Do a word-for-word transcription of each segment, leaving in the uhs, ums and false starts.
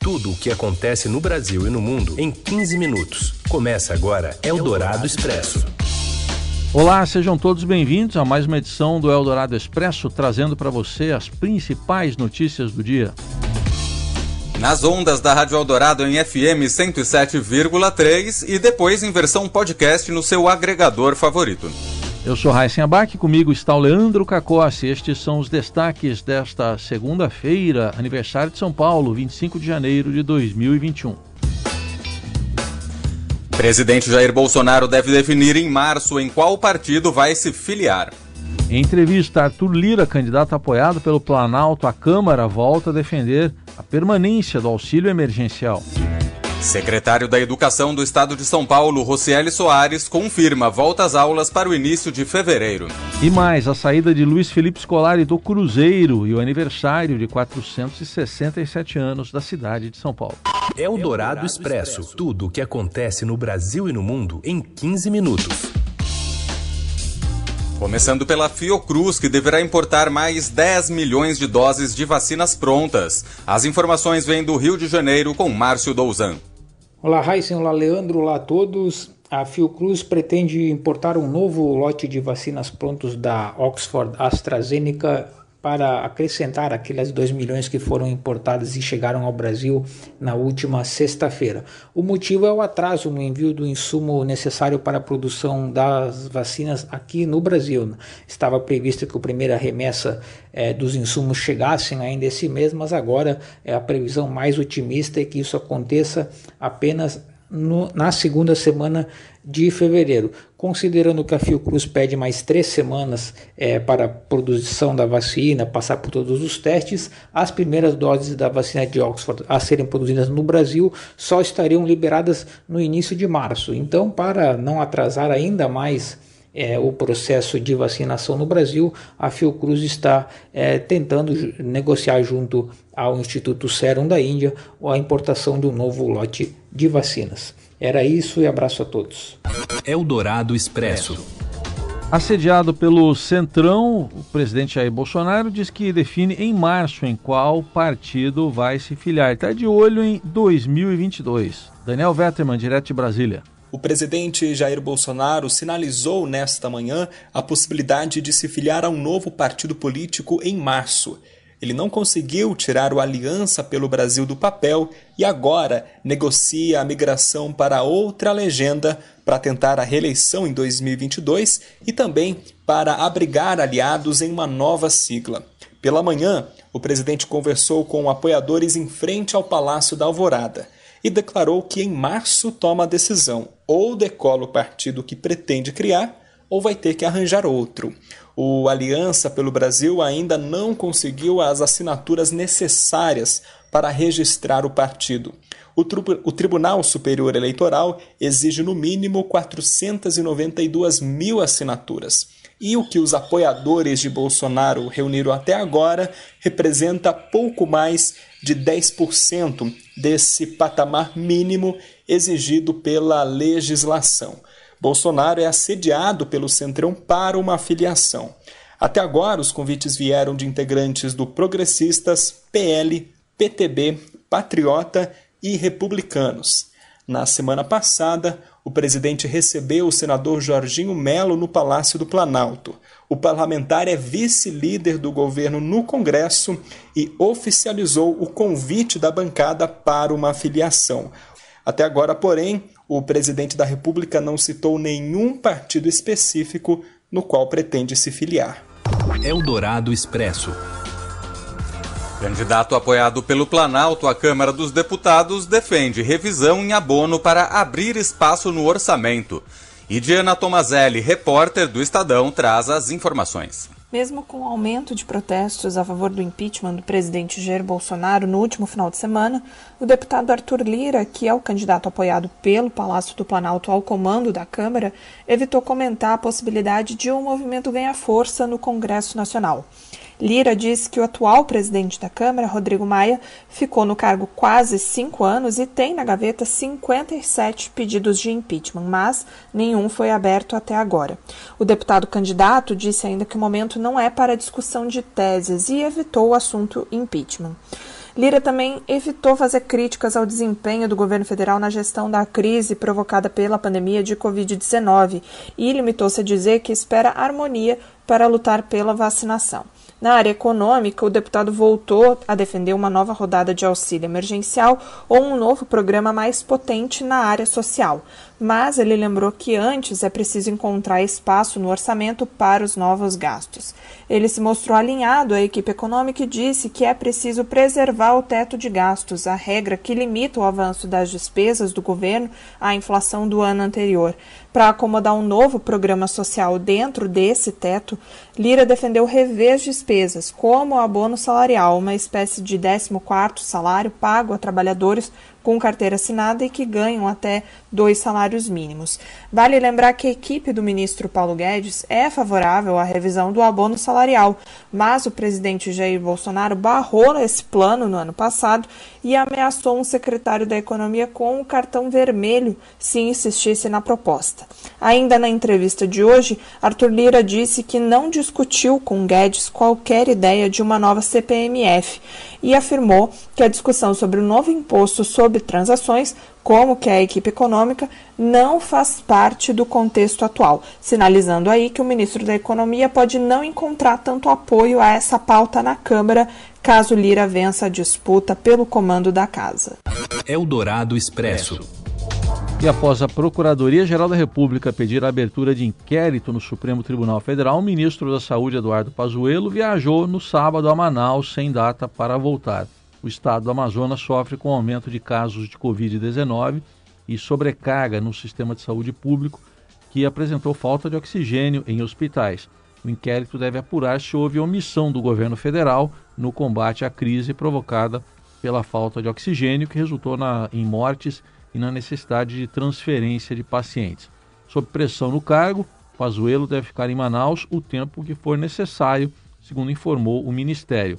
Tudo o que acontece no Brasil e no mundo em quinze minutos. Começa agora Eldorado Expresso. Olá, sejam todos bem-vindos a mais uma edição do Eldorado Expresso, trazendo para você as principais notícias do dia. Nas ondas da Rádio Eldorado em F M cento e sete vírgula três e depois em versão podcast no seu agregador favorito. Eu sou Raíssen Abac, comigo está o Leandro Cacossi. Estes são os destaques desta segunda-feira, aniversário de São Paulo, vinte e cinco de janeiro de dois mil e vinte e um. Presidente Jair Bolsonaro deve definir em março em qual partido vai se filiar. Em entrevista, Arthur Lira, candidato apoiado pelo Planalto à Câmara, volta a defender a permanência do auxílio emergencial. Secretário da Educação do Estado de São Paulo, Rocieli Soares, confirma volta às aulas para o início de fevereiro. E mais, a saída de Luiz Felipe Scolari do Cruzeiro e o aniversário de quatrocentos e sessenta e sete anos da cidade de São Paulo. Eldorado Expresso. Tudo o que acontece no Brasil e no mundo em quinze minutos. Começando pela Fiocruz, que deverá importar mais dez milhões de doses de vacinas prontas. As informações vêm do Rio de Janeiro com Márcio Douzan. Olá, Raíssen, olá, Leandro, olá a todos. A Fiocruz pretende importar um novo lote de vacinas prontos da Oxford AstraZeneca para acrescentar aqueles dois milhões que foram importados e chegaram ao Brasil na última sexta-feira. O motivo é o atraso no envio do insumo necessário para a produção das vacinas aqui no Brasil. Estava previsto que a primeira remessa é, dos insumos chegassem ainda esse mês, mas agora é a previsão mais otimista é que isso aconteça apenas no, na segunda semana de fevereiro. Considerando que a Fiocruz pede mais três semanas é, para a produção da vacina, passar por todos os testes, as primeiras doses da vacina de Oxford a serem produzidas no Brasil só estariam liberadas no início de março. Então, para não atrasar ainda mais é, o processo de vacinação no Brasil, a Fiocruz está é, tentando negociar junto ao Instituto Serum da Índia a importação de um novo lote de vacinas. Era isso e abraço a todos. Eldorado Expresso. Assediado pelo Centrão, o presidente Jair Bolsonaro diz que define em março em qual partido vai se filiar. Está de olho em dois mil e vinte e dois. Daniel Vetterman, direto de Brasília. O presidente Jair Bolsonaro sinalizou nesta manhã a possibilidade de se filiar a um novo partido político em março. Ele não conseguiu tirar o Aliança pelo Brasil do papel e agora negocia a migração para outra legenda para tentar a reeleição em dois mil e vinte e dois e também para abrigar aliados em uma nova sigla. Pela manhã, o presidente conversou com apoiadores em frente ao Palácio da Alvorada e declarou que em março toma a decisão: ou decola o partido que pretende criar ou vai ter que arranjar outro. O Aliança pelo Brasil ainda não conseguiu as assinaturas necessárias para registrar o partido. O, tri- o Tribunal Superior Eleitoral exige no mínimo quatrocentas e noventa e duas mil assinaturas. E o que os apoiadores de Bolsonaro reuniram até agora representa pouco mais de dez por cento desse patamar mínimo exigido pela legislação. Bolsonaro é assediado pelo Centrão para uma filiação. Até agora, os convites vieram de integrantes do Progressistas, P L, P T B, Patriota e Republicanos. Na semana passada, o presidente recebeu o senador Jorginho Melo no Palácio do Planalto. O parlamentar é vice-líder do governo no Congresso e oficializou o convite da bancada para uma filiação. Até agora, porém, o presidente da República não citou nenhum partido específico no qual pretende se filiar. Eldorado Expresso. Candidato apoiado pelo Planalto à Câmara dos Deputados defende revisão em abono para abrir espaço no orçamento. E Diana Tomazelli, repórter do Estadão, traz as informações. Mesmo com o aumento de protestos a favor do impeachment do presidente Jair Bolsonaro no último final de semana, o deputado Arthur Lira, que é o candidato apoiado pelo Palácio do Planalto ao comando da Câmara, evitou comentar a possibilidade de um movimento ganhar força no Congresso Nacional. Lira disse que o atual presidente da Câmara, Rodrigo Maia, ficou no cargo quase cinco anos e tem na gaveta cinquenta e sete pedidos de impeachment, mas nenhum foi aberto até agora. O deputado candidato disse ainda que o momento não é para discussão de teses e evitou o assunto impeachment. Lira também evitou fazer críticas ao desempenho do governo federal na gestão da crise provocada pela pandemia de covid dezenove e limitou-se a dizer que espera harmonia para lutar pela vacinação. Na área econômica, o deputado voltou a defender uma nova rodada de auxílio emergencial ou um novo programa mais potente na área social. Mas ele lembrou que antes é preciso encontrar espaço no orçamento para os novos gastos. Ele se mostrou alinhado à equipe econômica e disse que é preciso preservar o teto de gastos, a regra que limita o avanço das despesas do governo à inflação do ano anterior. Para acomodar um novo programa social dentro desse teto, Lira defendeu rever as despesas, como o abono salarial, uma espécie de décimo quarto salário pago a trabalhadores com carteira assinada e que ganham até dois salários mínimos. Vale lembrar que a equipe do ministro Paulo Guedes é favorável à revisão do abono salarial, mas o presidente Jair Bolsonaro barrou esse plano no ano passado e ameaçou um secretário da Economia com o cartão vermelho se insistisse na proposta. Ainda na entrevista de hoje, Arthur Lira disse que não discutiu com Guedes qualquer ideia de uma nova C P M F e afirmou que a discussão sobre o novo imposto sobre transações, como que a equipe econômica, não faz parte do contexto atual, sinalizando aí que o ministro da Economia pode não encontrar tanto apoio a essa pauta na Câmara, caso Lira vença a disputa pelo comando da casa. Eldorado Expresso. E após a Procuradoria-Geral da República pedir a abertura de inquérito no Supremo Tribunal Federal, o ministro da Saúde, Eduardo Pazuello, viajou no sábado a Manaus sem data para voltar. O estado do Amazonas sofre com aumento de casos de covid dezenove e sobrecarga no sistema de saúde público, que apresentou falta de oxigênio em hospitais. O inquérito deve apurar se houve omissão do governo federal no combate à crise provocada pela falta de oxigênio, que resultou na, em mortes e na necessidade de transferência de pacientes. Sob pressão no cargo, Pazuello deve ficar em Manaus o tempo que for necessário, segundo informou o Ministério.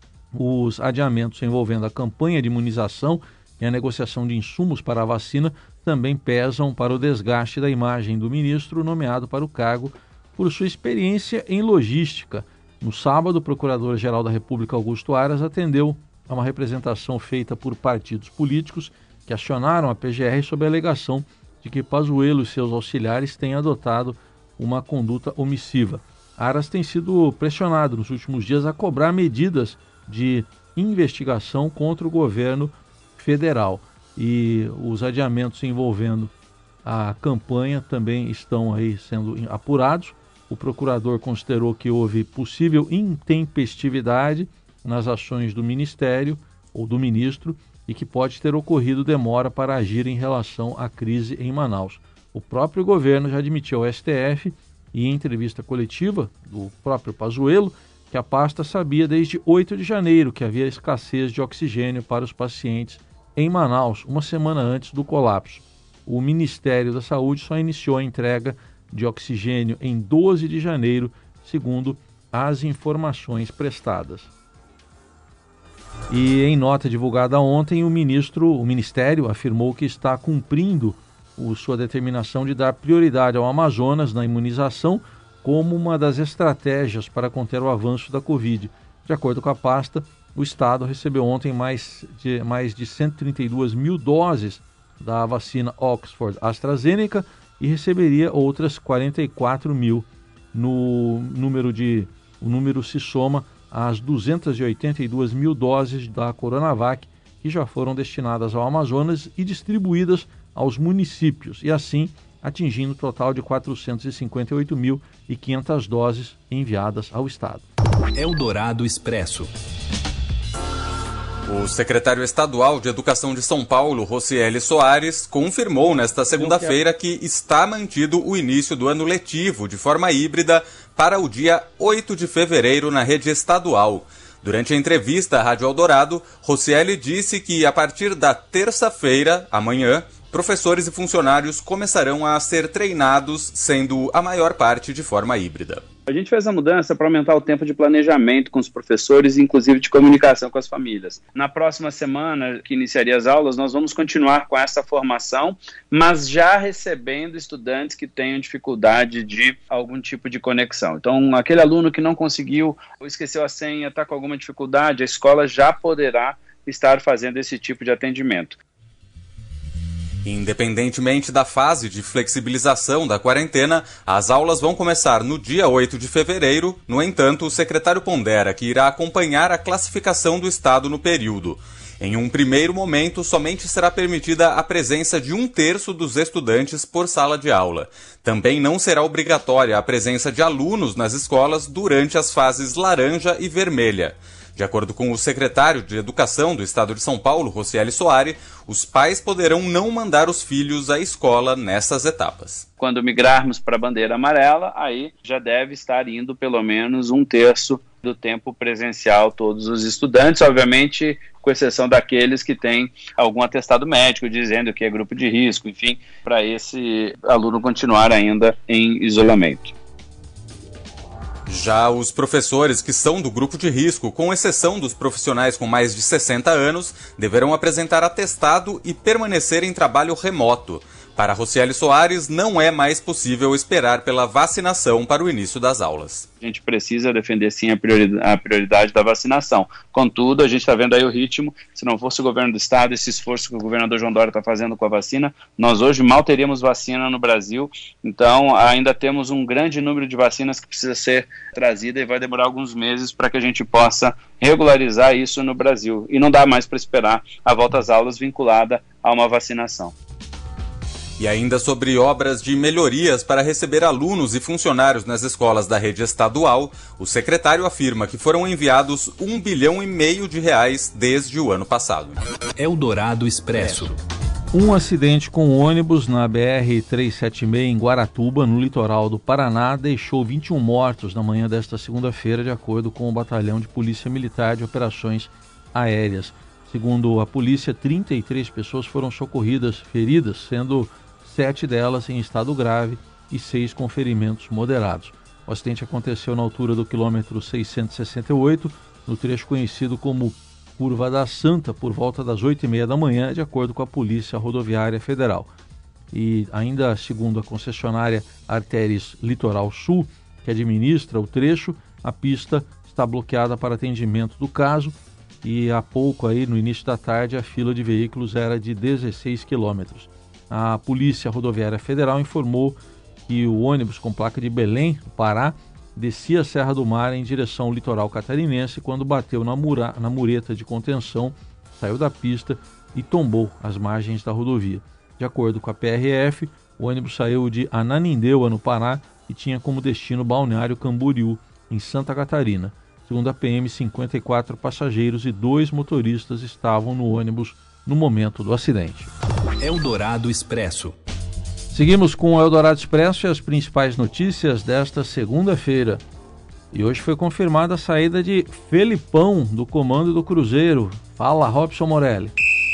Os adiamentos envolvendo a campanha de imunização e a negociação de insumos para a vacina também pesam para o desgaste da imagem do ministro nomeado para o cargo por sua experiência em logística. No sábado, o Procurador-Geral da República, Augusto Aras, atendeu a uma representação feita por partidos políticos que acionaram a P G R sob a alegação de que Pazuello e seus auxiliares têm adotado uma conduta omissiva. Aras tem sido pressionado nos últimos dias a cobrar medidas de investigação contra o governo federal. E os adiamentos envolvendo a campanha também estão aí sendo apurados. O procurador considerou que houve possível intempestividade nas ações do ministério ou do ministro e que pode ter ocorrido demora para agir em relação à crise em Manaus. O próprio governo já admitiu ao S T F e em entrevista coletiva do próprio Pazuello que a pasta sabia desde oito de janeiro que havia escassez de oxigênio para os pacientes em Manaus, uma semana antes do colapso. O Ministério da Saúde só iniciou a entrega de oxigênio em doze de janeiro, segundo as informações prestadas. E em nota divulgada ontem, o ministro, o Ministério afirmou que está cumprindo o, sua determinação de dar prioridade ao Amazonas na imunização como uma das estratégias para conter o avanço da Covid. De acordo com a pasta, o Estado recebeu ontem mais de, mais de cento e trinta e duas mil doses da vacina Oxford AstraZeneca e receberia outras quarenta e quatro mil. No número de, o número se soma às duzentas e oitenta e duas mil doses da Coronavac, que já foram destinadas ao Amazonas e distribuídas aos municípios, e assim atingindo o total de quatrocentos e cinquenta e oito mil e quinhentas doses enviadas ao Estado. Eldorado Expresso. O secretário estadual de Educação de São Paulo, Rocieli Soares, confirmou nesta segunda-feira que está mantido o início do ano letivo de forma híbrida para o dia oito de fevereiro na rede estadual. Durante a entrevista à Rádio Eldorado, Rocieli disse que a partir da terça-feira, amanhã, professores e funcionários começarão a ser treinados, sendo a maior parte de forma híbrida. A gente fez a mudança para aumentar o tempo de planejamento com os professores e inclusive de comunicação com as famílias. Na próxima semana, que iniciaria as aulas, nós vamos continuar com essa formação, mas já recebendo estudantes que tenham dificuldade de algum tipo de conexão. Então, aquele aluno que não conseguiu ou esqueceu a senha, está com alguma dificuldade, a escola já poderá estar fazendo esse tipo de atendimento. Independentemente da fase de flexibilização da quarentena, as aulas vão começar no dia oito de fevereiro. No entanto, o secretário pondera que irá acompanhar a classificação do estado no período. Em um primeiro momento, somente será permitida a presença de um terço dos estudantes por sala de aula. Também não será obrigatória a presença de alunos nas escolas durante as fases laranja e vermelha. De acordo com o secretário de Educação do Estado de São Paulo, Rocieli Soares, os pais poderão não mandar os filhos à escola nessas etapas. Quando migrarmos para a bandeira amarela, aí já deve estar indo pelo menos um terço do tempo presencial todos os estudantes, obviamente com exceção daqueles que têm algum atestado médico dizendo que é grupo de risco, enfim, para esse aluno continuar ainda em isolamento. Já os professores que são do grupo de risco, com exceção dos profissionais com mais de sessenta anos, deverão apresentar atestado e permanecer em trabalho remoto. Para Rocieli Soares, não é mais possível esperar pela vacinação para o início das aulas. A gente precisa defender sim a prioridade, a prioridade da vacinação. Contudo, a gente está vendo aí o ritmo. Se não fosse o governo do estado, esse esforço que o governador João Dória está fazendo com a vacina, nós hoje mal teríamos vacina no Brasil. Então, ainda temos um grande número de vacinas que precisa ser trazida e vai demorar alguns meses para que a gente possa regularizar isso no Brasil. E não dá mais para esperar a volta às aulas vinculada a uma vacinação. E ainda sobre obras de melhorias para receber alunos e funcionários nas escolas da rede estadual, o secretário afirma que foram enviados um bilhão e meio de reais desde o ano passado. Eldorado Expresso. Um acidente com ônibus na B R trezentos e setenta e seis em Guaratuba, no litoral do Paraná, deixou vinte e um mortos na manhã desta segunda-feira, de acordo com o Batalhão de Polícia Militar de Operações Aéreas. Segundo a polícia, trinta e três pessoas foram socorridas feridas, sendo sete delas em estado grave e seis com ferimentos moderados. O acidente aconteceu na altura do quilômetro seiscentos e sessenta e oito, no trecho conhecido como Curva da Santa, por volta das oito e meia da manhã, de acordo com a Polícia Rodoviária Federal. E ainda segundo a concessionária Artéries Litoral Sul, que administra o trecho, a pista está bloqueada para atendimento do caso e há pouco, aí, no início da tarde, a fila de veículos era de dezesseis quilômetros. A Polícia Rodoviária Federal informou que o ônibus com placa de Belém, no Pará, descia a Serra do Mar em direção ao litoral catarinense quando bateu na, mura, na mureta de contenção, saiu da pista e tombou às margens da rodovia. De acordo com a P R F, o ônibus saiu de Ananindeua, no Pará, e tinha como destino Balneário Camboriú, em Santa Catarina. Segundo a P M, cinquenta e quatro passageiros e dois motoristas estavam no ônibus no momento do acidente. Eldorado Expresso. Seguimos com o Eldorado Expresso e as principais notícias desta segunda-feira. E hoje foi confirmada a saída de Felipão do comando do Cruzeiro. Fala, Robson Morelli.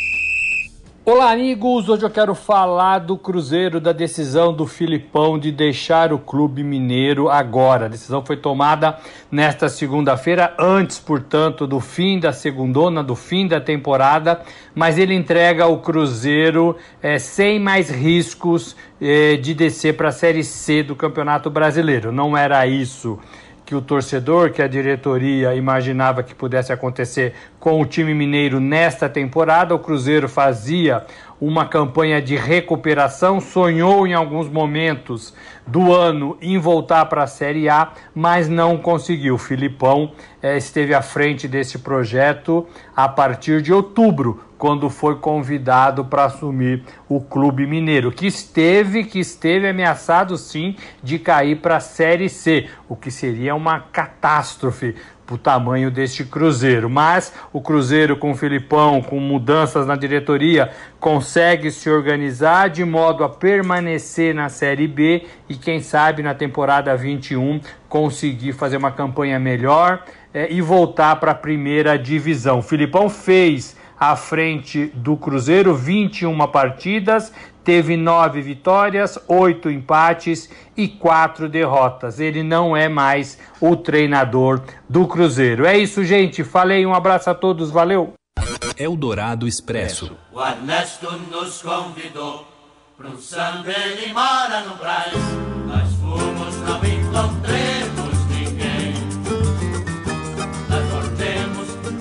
Olá, amigos! Hoje eu quero falar do Cruzeiro, da decisão do Filipão de deixar o clube mineiro agora. A decisão foi tomada nesta segunda-feira, antes, portanto, do fim da segundona, do fim da temporada, mas ele entrega o Cruzeiro é, sem mais riscos é, de descer para a Série C do Campeonato Brasileiro. Não era isso que o torcedor, que a diretoria imaginava que pudesse acontecer com o time mineiro nesta temporada. O Cruzeiro fazia uma campanha de recuperação, sonhou em alguns momentos do ano em voltar para a Série A, mas não conseguiu. O Filipão eh, esteve à frente desse projeto a partir de outubro, quando foi convidado para assumir o clube mineiro, que esteve, que esteve ameaçado sim de cair para a Série C, o que seria uma catástrofe para o tamanho deste Cruzeiro. Mas o Cruzeiro, com o Filipão, com mudanças na diretoria, consegue se organizar de modo a permanecer na Série B e quem sabe na temporada vinte e um conseguir fazer uma campanha melhor é, e voltar para a primeira divisão. O Filipão fez à frente do Cruzeiro vinte e uma partidas, teve nove vitórias, oito empates e quatro derrotas. Ele não é mais o treinador do Cruzeiro. É isso, gente. Falei, um abraço a todos, valeu! Eldorado Expresso. O Ernesto nos convidou para um samba de mora no Brás. Nós fomos, não encontremos ninguém. Nós voltemos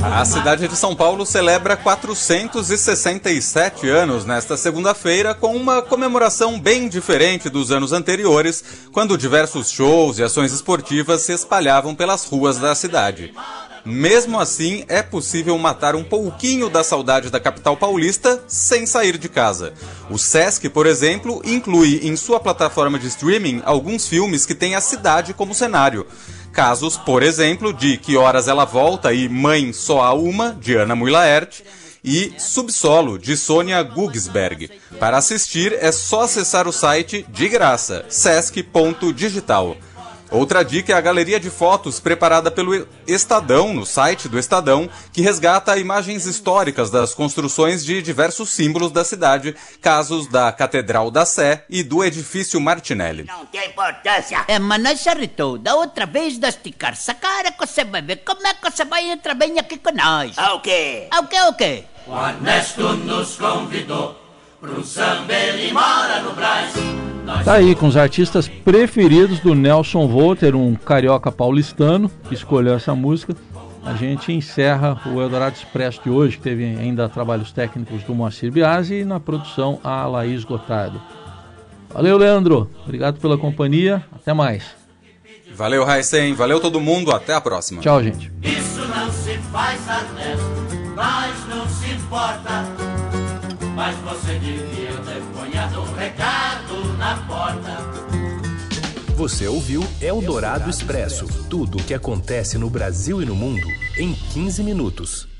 A cidade de São Paulo celebra quatrocentos e sessenta e sete anos nesta segunda-feira, com uma comemoração bem diferente dos anos anteriores, quando diversos shows e ações esportivas se espalhavam pelas ruas da cidade. Mesmo assim, é possível matar um pouquinho da saudade da capital paulista sem sair de casa. O Sesc, por exemplo, inclui em sua plataforma de streaming alguns filmes que têm a cidade como cenário. Casos, por exemplo, de Que Horas Ela Volta e Mãe Só Há Uma, de Ana Mui Laerte, e Subsolo, de Sônia Gugsberg. Para assistir, é só acessar o site de graça, sesc ponto digital. Outra dica é a galeria de fotos preparada pelo Estadão, no site do Estadão, que resgata imagens históricas das construções de diversos símbolos da cidade, casos da Catedral da Sé e do Edifício Martinelli. Não tem importância. É, mas não acertou. Da outra vez de esticar essa cara que você vai ver como é que você vai entrar bem aqui com nós. Ah, o quê? Ah, o quê, o quê? O Ernesto nos convidou pro samba, ele mora no Brás. Tá aí, com os artistas preferidos do Nelson Volter, um carioca paulistano que escolheu essa música. A gente encerra o Eldorado Expresso de hoje, que teve ainda trabalhos técnicos do Moacir Biasi e na produção a Laís Gotardo. Valeu, Leandro. Obrigado pela companhia. Até mais. Valeu, Raicen. Valeu todo mundo. Até a próxima. Tchau, gente. Isso não se faz Ernesto, mas não se importa. Mas você devia ter ponhado um recado na porta. Você ouviu Eldorado Expresso. Tudo o que acontece no Brasil e no mundo em quinze minutos.